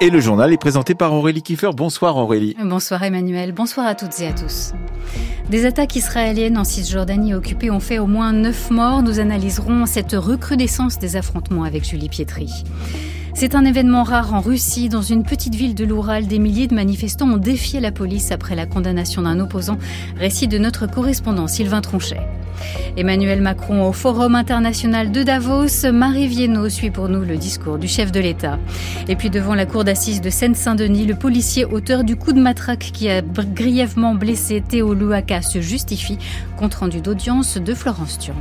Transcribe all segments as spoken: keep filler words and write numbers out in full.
Et le journal est présenté par Aurélie Kiefer. Bonsoir Aurélie. Bonsoir Emmanuel, bonsoir à toutes et à tous. Des attaques israéliennes en Cisjordanie occupée ont fait au moins neuf morts. Nous analyserons cette recrudescence des affrontements avec Julie Pietri. C'est un événement rare en Russie. Dans une petite ville de l'Oural, des milliers de manifestants ont défié la police après la condamnation d'un opposant. Récit de notre correspondant Sylvain Tronchet. Emmanuel Macron au Forum international de Davos. Marie Viennot suit pour nous le discours du chef de l'État. Et puis devant la cour d'assises de Seine-Saint-Denis, le policier auteur du coup de matraque qui a grièvement blessé Théo Louaka se justifie. Compte rendu d'audience de Florence Thurn.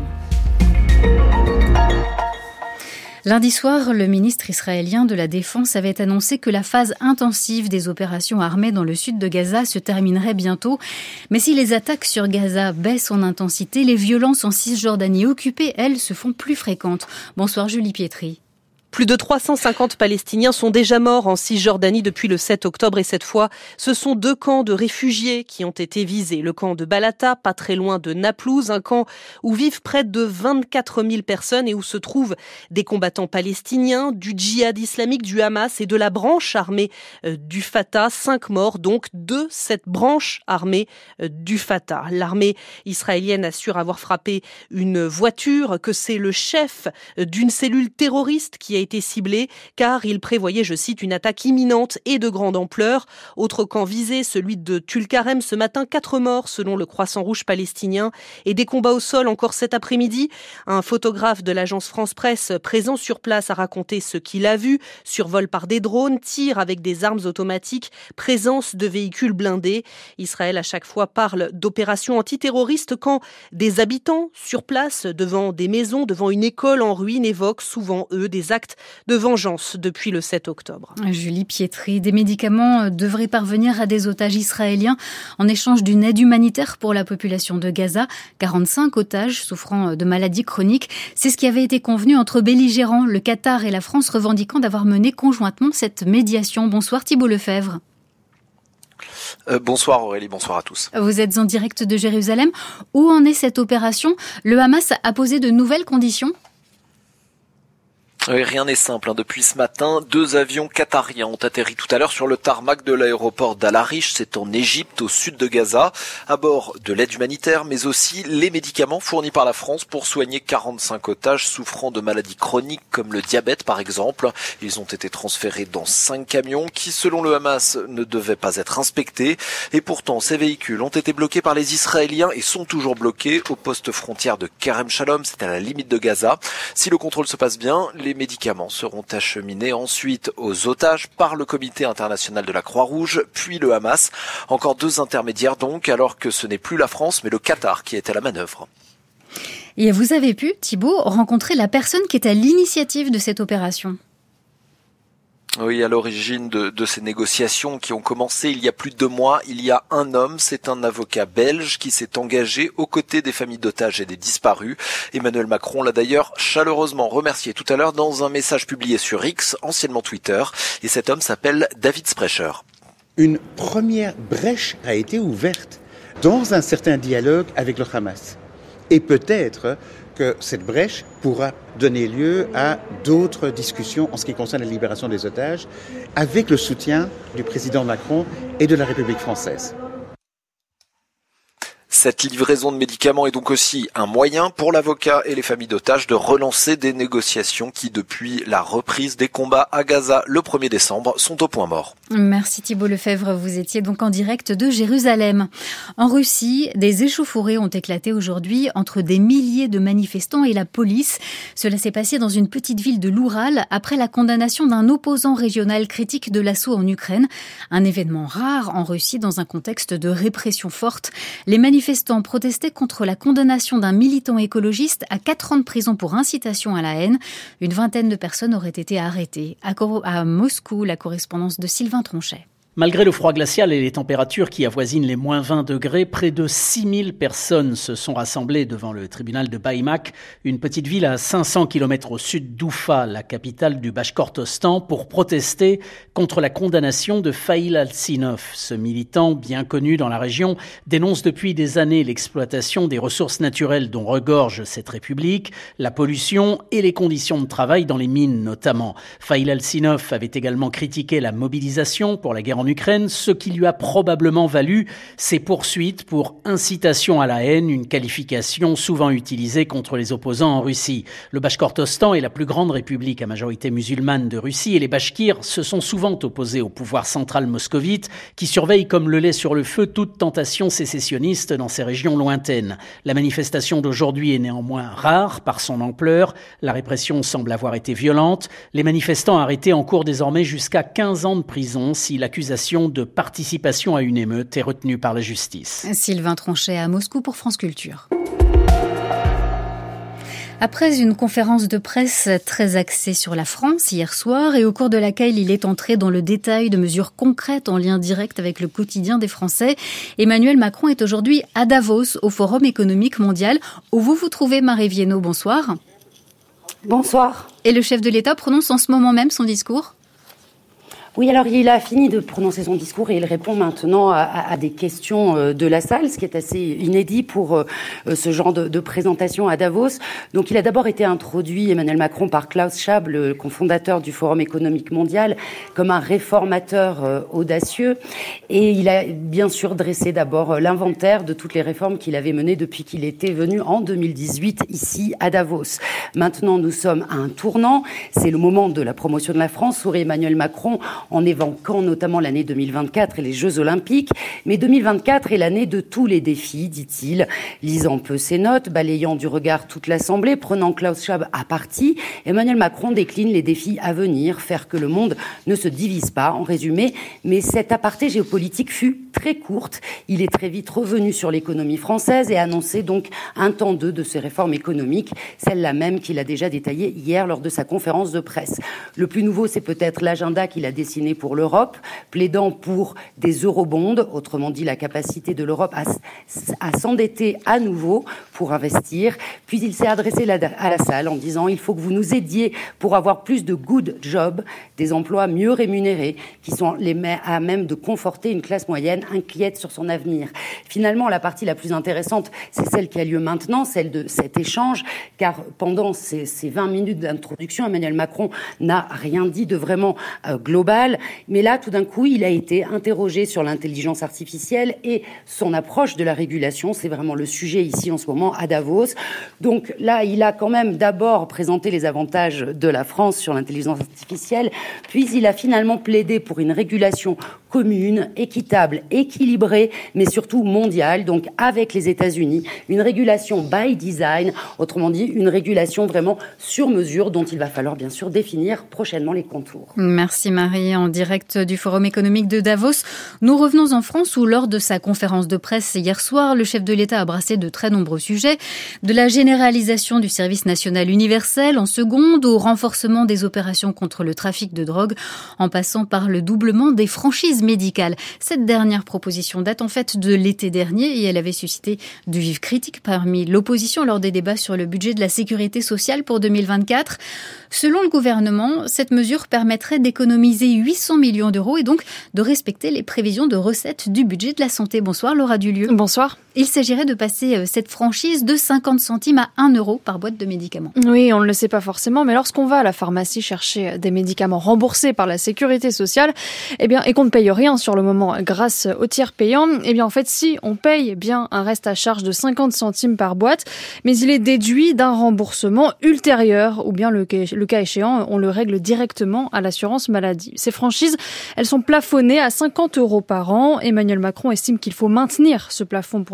Lundi soir, le ministre israélien de la Défense avait annoncé que la phase intensive des opérations armées dans le sud de Gaza se terminerait bientôt. Mais si les attaques sur Gaza baissent en intensité, les violences en Cisjordanie occupée, elles, se font plus fréquentes. Bonsoir Julie Pietri. Plus de trois cent cinquante Palestiniens sont déjà morts en Cisjordanie depuis le sept octobre et cette fois, ce sont deux camps de réfugiés qui ont été visés. Le camp de Balata, pas très loin de Naplouse, un camp où vivent près de vingt-quatre mille personnes et où se trouvent des combattants palestiniens, du djihad islamique, du Hamas et de la branche armée du Fatah. Cinq morts donc de cette branche armée du Fatah. L'armée israélienne assure avoir frappé une voiture, que c'est le chef d'une cellule terroriste qui a été ciblé car il prévoyait, je cite, une attaque imminente et de grande ampleur. Autre camp visé, celui de Tulkarem. Ce matin, quatre morts selon le Croissant Rouge palestinien et des combats au sol encore cet après-midi. Un photographe de l'agence France Presse présent sur place a raconté ce qu'il a vu. Survol par des drones, tirs avec des armes automatiques, présence de véhicules blindés. Israël à chaque fois parle d'opérations antiterroristes quand des habitants sur place devant des maisons, devant une école en ruine évoquent souvent eux des actes de vengeance depuis le sept octobre. Julie Pietri, des médicaments devraient parvenir à des otages israéliens en échange d'une aide humanitaire pour la population de Gaza. quarante-cinq otages souffrant de maladies chroniques. C'est ce qui avait été convenu entre belligérants, le Qatar et la France, revendiquant d'avoir mené conjointement cette médiation. Bonsoir Thibault Lefebvre. Euh, bonsoir Aurélie, bonsoir à tous. Vous êtes en direct de Jérusalem. Où en est cette opération ? Le Hamas a posé de nouvelles conditions ? Oui, rien n'est simple. Hein. Depuis ce matin, deux avions qatariens ont atterri tout à l'heure sur le tarmac de l'aéroport d'Al Arish, c'est en Égypte, au sud de Gaza, à bord de l'aide humanitaire, mais aussi les médicaments fournis par la France pour soigner quarante-cinq otages souffrant de maladies chroniques comme le diabète par exemple. Ils ont été transférés dans cinq camions qui, selon le Hamas, ne devaient pas être inspectés. Et pourtant, ces véhicules ont été bloqués par les Israéliens et sont toujours bloqués au poste frontière de Kerem Shalom, c'est à la limite de Gaza. Si le contrôle se passe bien, les médicaments seront acheminés ensuite aux otages par le Comité international de la Croix-Rouge, puis le Hamas. Encore deux intermédiaires donc, alors que ce n'est plus la France, mais le Qatar qui est à la manœuvre. Et vous avez pu, Thibault, rencontrer la personne qui est à l'initiative de cette opération ? Oui, à l'origine de, de ces négociations qui ont commencé il y a plus de deux mois, il y a un homme, c'est un avocat belge qui s'est engagé aux côtés des familles d'otages et des disparus. Emmanuel Macron l'a d'ailleurs chaleureusement remercié tout à l'heure dans un message publié sur X, anciennement Twitter, et cet homme s'appelle David Sprecher. Une première brèche a été ouverte dans un certain dialogue avec le Hamas. Et peut-être que cette brèche pourra donner lieu à d'autres discussions en ce qui concerne la libération des otages, avec le soutien du président Macron et de la République française. Cette livraison de médicaments est donc aussi un moyen pour l'avocat et les familles d'otages de relancer des négociations qui, depuis la reprise des combats à Gaza le premier décembre, sont au point mort. Merci Thibault Lefebvre, vous étiez donc en direct de Jérusalem. En Russie, des échauffourées ont éclaté aujourd'hui entre des milliers de manifestants et la police. Cela s'est passé dans une petite ville de l'Oural après la condamnation d'un opposant régional critique de l'assaut en Ukraine. Un événement rare en Russie dans un contexte de répression forte. Les manifestants manifestants protestaient contre la condamnation d'un militant écologiste à quatre ans de prison pour incitation à la haine. Une vingtaine de personnes auraient été arrêtées. À Moscou, la correspondance de Sylvain Tronchet. Malgré le froid glacial et les températures qui avoisinent les moins vingt degrés, près de six mille personnes se sont rassemblées devant le tribunal de Baïmak, une petite ville à cinq cents kilomètres au sud d'Oufa, la capitale du Bachkortostan, pour protester contre la condamnation de Faïl Alcinov. Ce militant, bien connu dans la région, dénonce depuis des années l'exploitation des ressources naturelles dont regorge cette république, la pollution et les conditions de travail dans les mines notamment. Faïl Alcinov avait également critiqué la mobilisation pour la guerre en Ukraine, ce qui lui a probablement valu ses poursuites pour incitation à la haine, une qualification souvent utilisée contre les opposants en Russie. Le Bachkortostan est la plus grande république à majorité musulmane de Russie et les Bachkirs se sont souvent opposés au pouvoir central moscovite qui surveille comme le lait sur le feu toute tentation sécessionniste dans ces régions lointaines. La manifestation d'aujourd'hui est néanmoins rare par son ampleur. La répression semble avoir été violente. Les manifestants arrêtés encourent désormais jusqu'à quinze ans de prison si l'accusation de participation à une émeute est retenue par la justice. Sylvain Tronchet à Moscou pour France Culture. Après une conférence de presse très axée sur la France hier soir et au cours de laquelle il est entré dans le détail de mesures concrètes en lien direct avec le quotidien des Français, Emmanuel Macron est aujourd'hui à Davos, au Forum économique mondial, où vous vous trouvez, Marie Viennot. Bonsoir. Bonsoir. Et le chef de l'État prononce en ce moment même son discours ? Oui, alors il a fini de prononcer son discours et il répond maintenant à, à, à des questions de la salle, ce qui est assez inédit pour euh, ce genre de, de présentation à Davos. Donc il a d'abord été introduit, Emmanuel Macron, par Klaus Schwab, le cofondateur du Forum économique mondial, comme un réformateur euh, audacieux. Et il a bien sûr dressé d'abord l'inventaire de toutes les réformes qu'il avait menées depuis qu'il était venu en deux mille dix-huit ici à Davos. Maintenant, nous sommes à un tournant. C'est le moment de la promotion de la France, sourit Emmanuel Macron, en évoquant notamment l'année deux mille vingt-quatre et les Jeux Olympiques. Mais deux mille vingt-quatre est l'année de tous les défis, dit-il, lisant peu ses notes, balayant du regard toute l'Assemblée, prenant Klaus Schwab à partie. Emmanuel Macron décline les défis à venir, faire que le monde ne se divise pas, en résumé. Mais cette aparté géopolitique fut très courte. Il est très vite revenu sur l'économie française et a annoncé donc un temps deux de ses réformes économiques, celle-là même qu'il a déjà détaillée hier lors de sa conférence de presse. Le plus nouveau, c'est peut-être l'agenda qu'il a dessiné pour l'Europe, plaidant pour des eurobonds, autrement dit la capacité de l'Europe à, à s'endetter à nouveau pour investir. Puis il s'est adressé à la salle en disant « Il faut que vous nous aidiez pour avoir plus de good jobs, des emplois mieux rémunérés, qui sont les à même de conforter une classe moyenne inquiète sur son avenir. » Finalement, la partie la plus intéressante, c'est celle qui a lieu maintenant, celle de cet échange, car pendant ces, ces vingt minutes d'introduction, Emmanuel Macron n'a rien dit de vraiment euh, global. Mais là, tout d'un coup, il a été interrogé sur l'intelligence artificielle et son approche de la régulation. C'est vraiment le sujet ici en ce moment à Davos. Donc là, il a quand même d'abord présenté les avantages de la France sur l'intelligence artificielle, puis il a finalement plaidé pour une régulation commune, équitable, équilibrée, mais surtout mondiale, donc avec les États-Unis. Une régulation by design, autrement dit, une régulation vraiment sur mesure dont il va falloir bien sûr définir prochainement les contours. Merci Marie. En direct du Forum économique de Davos. Nous revenons en France où, lors de sa conférence de presse hier soir, le chef de l'État a brassé de très nombreux sujets, de la généralisation du service national universel en seconde au renforcement des opérations contre le trafic de drogue, en passant par le doublement des franchises médicales. Cette dernière proposition date en fait de l'été dernier et elle avait suscité de vives critiques parmi l'opposition lors des débats sur le budget de la sécurité sociale pour deux mille vingt-quatre. Selon le gouvernement, cette mesure permettrait d'économiser huit cents millions d'euros et donc de respecter les prévisions de recettes du budget de la santé. Bonsoir Laura Dulieu. Bonsoir. Il s'agirait de passer cette franchise de cinquante centimes à un euro par boîte de médicaments. Oui, on ne le sait pas forcément, mais lorsqu'on va à la pharmacie chercher des médicaments remboursés par la sécurité sociale, eh bien, et qu'on ne paye rien sur le moment grâce au tiers payant, eh bien, en fait, si on paye bien un reste à charge de cinquante centimes par boîte, mais il est déduit d'un remboursement ultérieur, ou bien le, le cas échéant, on le règle directement à l'assurance maladie. Ces franchises, elles sont plafonnées à cinquante euros par an. Emmanuel Macron estime qu'il faut maintenir ce plafond pour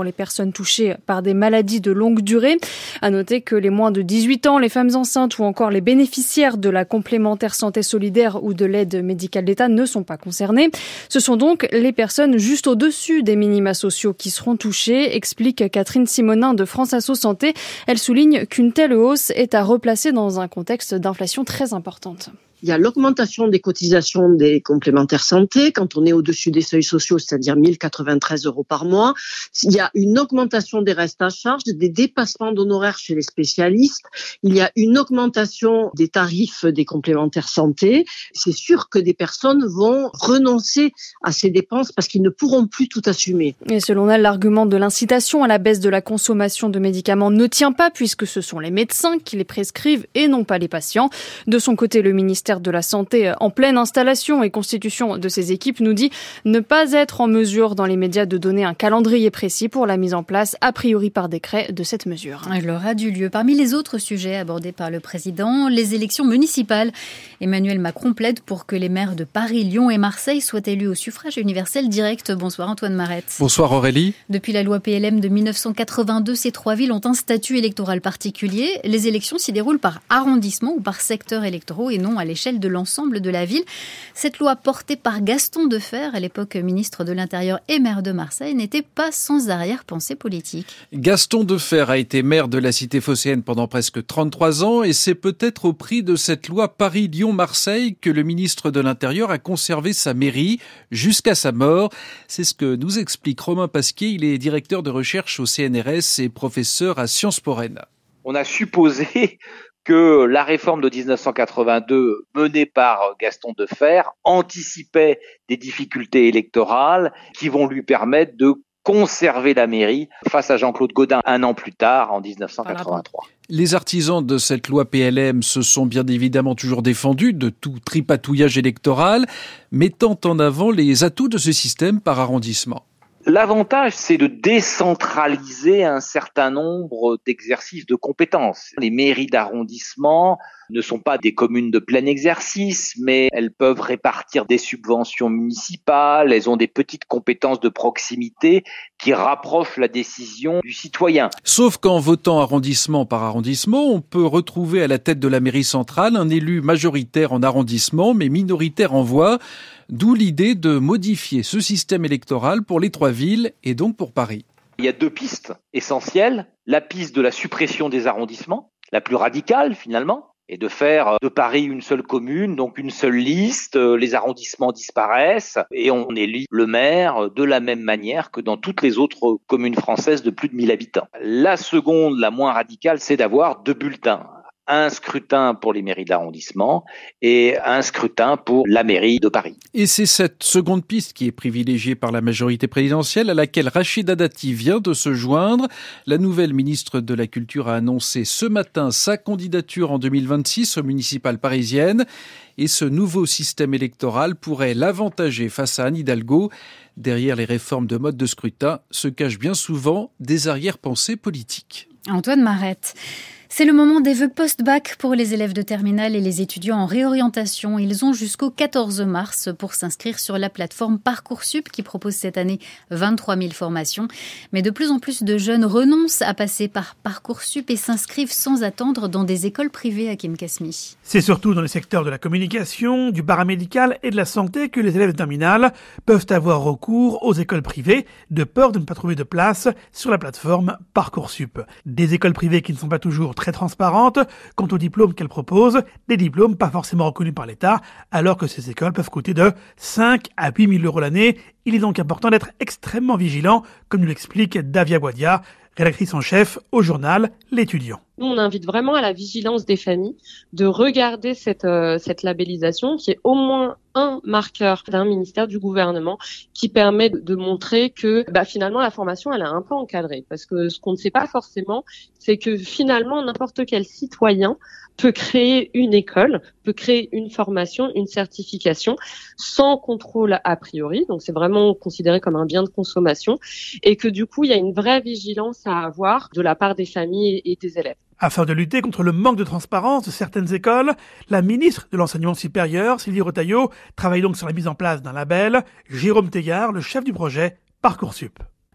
les personnes touchées par des maladies de longue durée. À noter que les moins de dix-huit ans, les femmes enceintes ou encore les bénéficiaires de la complémentaire santé solidaire ou de l'aide médicale d'État ne sont pas concernés. Ce sont donc les personnes juste au-dessus des minima sociaux qui seront touchées, explique Catherine Simonin de France Asso Santé. Elle souligne qu'une telle hausse est à replacer dans un contexte d'inflation très importante. Il y a l'augmentation des cotisations des complémentaires santé quand on est au-dessus des seuils sociaux, c'est-à-dire mille quatre-vingt-treize euros par mois. Il y a une augmentation des restes à charge, des dépassements d'honoraires chez les spécialistes. Il y a une augmentation des tarifs des complémentaires santé. C'est sûr que des personnes vont renoncer à ces dépenses parce qu'ils ne pourront plus tout assumer. Et selon elle, l'argument de l'incitation à la baisse de la consommation de médicaments ne tient pas puisque ce sont les médecins qui les prescrivent et non pas les patients. De son côté, le ministère de la Santé, en pleine installation et constitution de ses équipes, nous dit ne pas être en mesure dans les médias de donner un calendrier précis pour la mise en place, a priori par décret, de cette mesure. Elle aura du lieu. Parmi les autres sujets abordés par le président, les élections municipales. Emmanuel Macron plaide pour que les maires de Paris, Lyon et Marseille soient élus au suffrage universel direct. Bonsoir Antoine Marette. Bonsoir Aurélie. Depuis la loi P L M de mille neuf cent quatre-vingt-deux, ces trois villes ont un statut électoral particulier. Les élections s'y déroulent par arrondissement ou par secteur électoraux et non à l'échelle de l'ensemble de la ville. Cette loi portée par Gaston Defferre, à l'époque ministre de l'Intérieur et maire de Marseille, n'était pas sans arrière-pensée politique. Gaston Defferre a été maire de la cité phocéenne pendant presque trente-trois ans et c'est peut-être au prix de cette loi Paris-Lyon-Marseille que le ministre de l'Intérieur a conservé sa mairie jusqu'à sa mort. C'est ce que nous explique Romain Pasquier. Il est directeur de recherche au C N R S et professeur à Sciences Po Rennes. On a supposé que la réforme de dix-neuf cent quatre-vingt-deux menée par Gaston Defferre anticipait des difficultés électorales qui vont lui permettre de conserver la mairie face à Jean-Claude Gaudin un an plus tard, en dix-neuf cent quatre-vingt-trois. Les artisans de cette loi P L M se sont bien évidemment toujours défendus de tout tripatouillage électoral, mettant en avant les atouts de ce système par arrondissement. L'avantage, c'est de décentraliser un certain nombre d'exercices de compétences. Les mairies d'arrondissement ne sont pas des communes de plein exercice, mais elles peuvent répartir des subventions municipales, elles ont des petites compétences de proximité qui rapprochent la décision du citoyen. Sauf qu'en votant arrondissement par arrondissement, on peut retrouver à la tête de la mairie centrale un élu majoritaire en arrondissement, mais minoritaire en voix, d'où l'idée de modifier ce système électoral pour les trois villes et donc pour Paris. Il y a deux pistes essentielles. La piste de la suppression des arrondissements, la plus radicale finalement, et de faire de Paris une seule commune, donc une seule liste, les arrondissements disparaissent et on élit le maire de la même manière que dans toutes les autres communes françaises de plus de mille habitants. La seconde, la moins radicale, c'est d'avoir deux bulletins. Un scrutin pour les mairies d'arrondissement et un scrutin pour la mairie de Paris. Et c'est cette seconde piste qui est privilégiée par la majorité présidentielle à laquelle Rachida Dati vient de se joindre. La nouvelle ministre de la Culture a annoncé ce matin sa candidature en deux mille vingt-six aux municipales parisiennes. Et ce nouveau système électoral pourrait l'avantager face à Anne Hidalgo. Derrière les réformes de mode de scrutin se cachent bien souvent des arrière-pensées politiques. Antoine Marette. C'est le moment des vœux post-bac pour les élèves de terminale et les étudiants en réorientation. Ils ont jusqu'au quatorze mars pour s'inscrire sur la plateforme Parcoursup qui propose cette année vingt-trois mille formations. Mais de plus en plus de jeunes renoncent à passer par Parcoursup et s'inscrivent sans attendre dans des écoles privées à Kim Kasmi. C'est surtout dans les secteurs de la communication, du paramédical et de la santé que les élèves de terminale peuvent avoir recours aux écoles privées de peur de ne pas trouver de place sur la plateforme Parcoursup. Des écoles privées qui ne sont pas toujours très transparentes quant aux diplômes qu'elles proposent, des diplômes pas forcément reconnus par l'État, alors que ces écoles peuvent coûter de cinq à huit mille euros l'année. Il est donc important d'être extrêmement vigilant, comme nous l'explique Davia Boadia, rédactrice en chef au journal L'Étudiant. Nous, on invite vraiment à la vigilance des familles de regarder cette, euh, cette labellisation qui est au moins un marqueur d'un ministère du gouvernement qui permet de, de montrer que bah, finalement la formation elle est un peu encadrée. Parce que ce qu'on ne sait pas forcément, c'est que finalement n'importe quel citoyen peut créer une école, peut créer une formation, une certification sans contrôle a priori. Donc c'est vraiment considéré comme un bien de consommation et que du coup il y a une vraie vigilance à avoir de la part des familles et des élèves. Afin de lutter contre le manque de transparence de certaines écoles, la ministre de l'Enseignement supérieur, Sylvie Retailleau, travaille donc sur la mise en place d'un label. Jérôme Tégard, le chef du projet Parcoursup.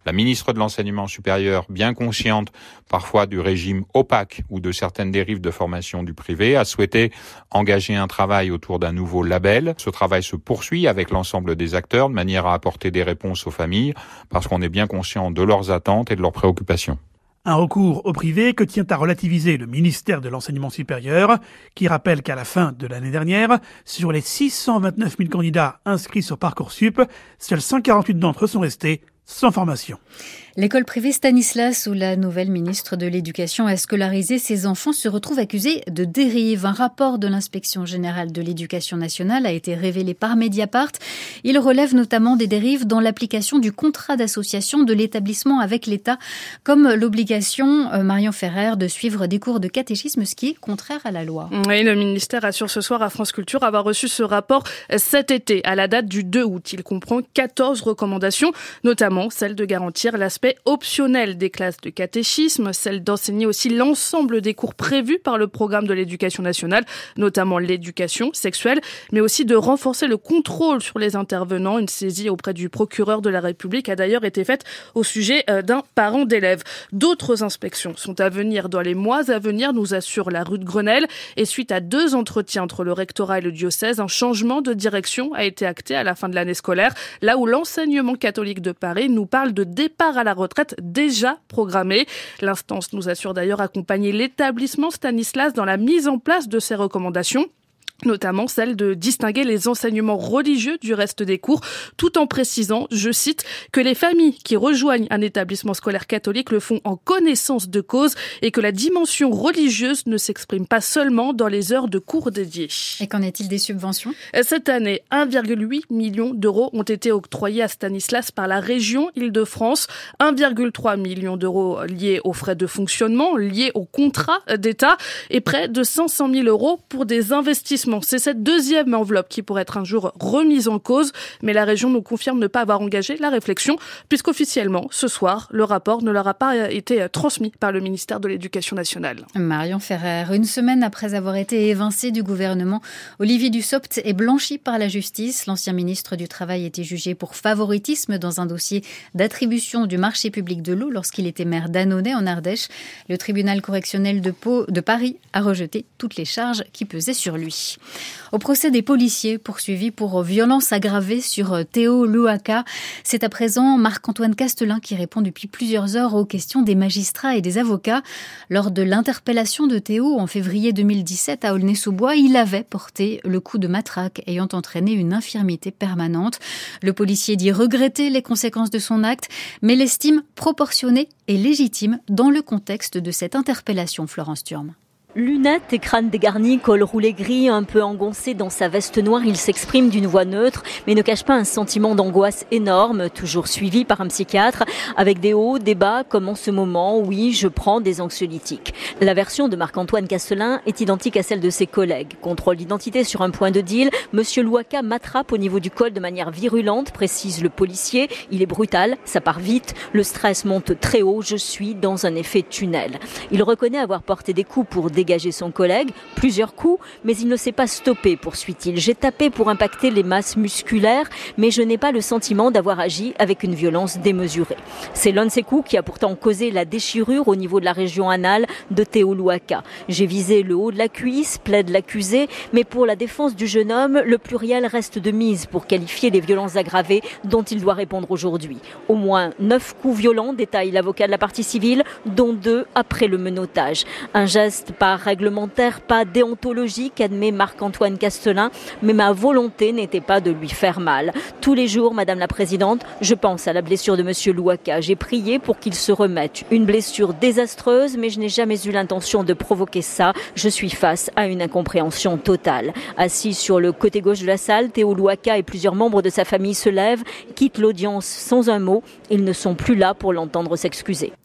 La ministre de l'Enseignement supérieur, bien consciente parfois du régime opaque ou de certaines dérives de formation du privé, a souhaité engager un travail autour d'un nouveau label. Ce travail se poursuit avec l'ensemble des acteurs de manière à apporter des réponses aux familles parce qu'on est bien conscient de leurs attentes et de leurs préoccupations. Un recours au privé que tient à relativiser le ministère de l'Enseignement supérieur, qui rappelle qu'à la fin de l'année dernière, sur les six cent vingt-neuf mille candidats inscrits sur Parcoursup, seuls cent quarante-huit d'entre eux sont restés sans formation. L'école privée Stanislas, où la nouvelle ministre de l'Éducation a scolarisé ses enfants, se retrouve accusée de dérive. Un rapport de l'Inspection générale de l'Éducation nationale a été révélé par Mediapart. Il relève notamment des dérives dans l'application du contrat d'association de l'établissement avec l'État, comme l'obligation, euh, Marion Ferrer, de suivre des cours de catéchisme, ce qui est contraire à la loi. Oui, le ministère assure ce soir à France Culture avoir reçu ce rapport cet été, à la date du deux août. Il comprend quatorze recommandations, notamment celle de garantir l'aspect optionnel des classes de catéchisme, celle d'enseigner aussi l'ensemble des cours prévus par le programme de l'éducation nationale, notamment l'éducation sexuelle, mais aussi de renforcer le contrôle sur les intervenants. Une saisie auprès du procureur de la République a d'ailleurs été faite au sujet d'un parent d'élève. D'autres inspections sont à venir dans les mois à venir, nous assure la rue de Grenelle. Et suite à deux entretiens entre le rectorat et le diocèse, un changement de direction a été acté à la fin de l'année scolaire, là où l'enseignement catholique de Paris nous parle de départ à la retraite déjà programmée. L'instance nous assure d'ailleurs accompagner l'établissement Stanislas dans la mise en place de ces recommandations, notamment celle de distinguer les enseignements religieux du reste des cours, tout en précisant, je cite, que les familles qui rejoignent un établissement scolaire catholique le font en connaissance de cause et que la dimension religieuse ne s'exprime pas seulement dans les heures de cours dédiées. Et qu'en est-il des subventions ? Cette année, un virgule huit million d'euros ont été octroyés à Stanislas par la région Île-de-France, un virgule trois million d'euros liés aux frais de fonctionnement, liés au contrat d'État et près de cinq cent mille euros pour des investissements. C'est cette deuxième enveloppe qui pourrait être un jour remise en cause, mais la région nous confirme ne pas avoir engagé la réflexion, puisqu'officiellement, ce soir, le rapport ne leur a pas été transmis par le ministère de l'Éducation nationale. Marion Ferrer, une semaine après avoir été évincé du gouvernement, Olivier Dussopt est blanchi par la justice. L'ancien ministre du Travail était jugé pour favoritisme dans un dossier d'attribution du marché public de l'eau lorsqu'il était maire d'Annonay en Ardèche. Le tribunal correctionnel de, Pau, de Paris a rejeté toutes les charges qui pesaient sur lui. Au procès des policiers poursuivis pour violence aggravée sur Théo Louaka, c'est à présent Marc-Antoine Castelin qui répond depuis plusieurs heures aux questions des magistrats et des avocats. Lors de l'interpellation de Théo en février deux mille dix-sept à Aulnay-sous-Bois, il avait porté le coup de matraque ayant entraîné une infirmité permanente. Le policier dit regretter les conséquences de son acte, mais l'estime proportionnée et légitime dans le contexte de cette interpellation. Florence Turme. Lunettes et crâne dégarni, col roulé gris, un peu engoncé dans sa veste noire, il s'exprime d'une voix neutre, mais ne cache pas un sentiment d'angoisse énorme, toujours suivi par un psychiatre, avec des hauts, des bas, comme en ce moment, oui, je prends des anxiolytiques. La version de Marc-Antoine Castelin est identique à celle de ses collègues. Contrôle d'identité sur un point de deal, Monsieur Louaka m'attrape au niveau du col de manière virulente, précise le policier. Il est brutal, ça part vite, le stress monte très haut, je suis dans un effet tunnel. Il reconnaît avoir porté des coups pour dégager son collègue, plusieurs coups, mais il ne s'est pas stoppé, poursuit-il. J'ai tapé pour impacter les masses musculaires, mais je n'ai pas le sentiment d'avoir agi avec une violence démesurée. C'est l'un de ces coups qui a pourtant causé la déchirure au niveau de la région anale de Théo Louaka. J'ai visé le haut de la cuisse, plaide l'accusé, mais pour la défense du jeune homme, le pluriel reste de mise pour qualifier les violences aggravées dont il doit répondre aujourd'hui. Au moins neuf coups violents, détaille l'avocat de la partie civile, dont deux après le menottage. Un geste pas réglementaire, pas déontologique, admet Marc-Antoine Castelin, mais ma volonté n'était pas de lui faire mal. Tous les jours, Madame la Présidente, je pense à la blessure de Monsieur Louaka. J'ai prié pour qu'il se remette. Une blessure désastreuse, mais je n'ai jamais eu l'intention de provoquer ça. Je suis face à une incompréhension totale. Assis sur le côté gauche de la salle, Théo Louaka et plusieurs membres de sa famille se lèvent, quittent l'audience sans un mot. Ils ne sont plus là pour l'entendre s'excuser.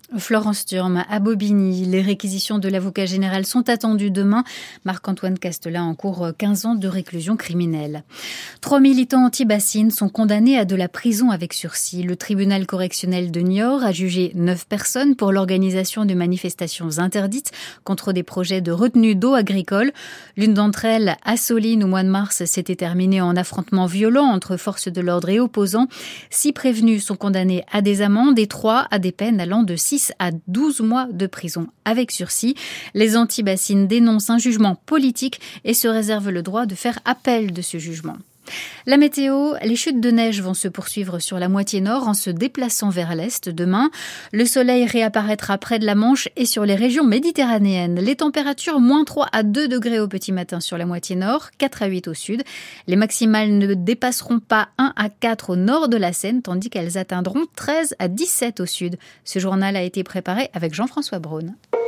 Florence Sturm, à Bobigny, les réquisitions de l'avocat général sont attendues demain. Marc-Antoine Castelain encourt quinze ans de réclusion criminelle. Trois militants anti-bassines sont condamnés à de la prison avec sursis. Le tribunal correctionnel de Niort a jugé neuf personnes pour l'organisation de manifestations interdites contre des projets de retenue d'eau agricole. L'une d'entre elles, à Soline, au mois de mars, s'était terminée en affrontement violent entre forces de l'ordre et opposants. Six prévenus sont condamnés à des amendes et trois à des peines allant de six à douze mois de prison avec sursis. Les anti-bassines dénoncent un jugement politique et se réservent le droit de faire appel de ce jugement. La météo, les chutes de neige vont se poursuivre sur la moitié nord en se déplaçant vers l'est demain. Le soleil réapparaîtra près de la Manche et sur les régions méditerranéennes. Les températures moins trois à deux degrés au petit matin sur la moitié nord, quatre à huit au sud. Les maximales ne dépasseront pas un à quatre au nord de la Seine, tandis qu'elles atteindront treize à dix-sept au sud. Ce journal a été préparé avec Jean-François Braun.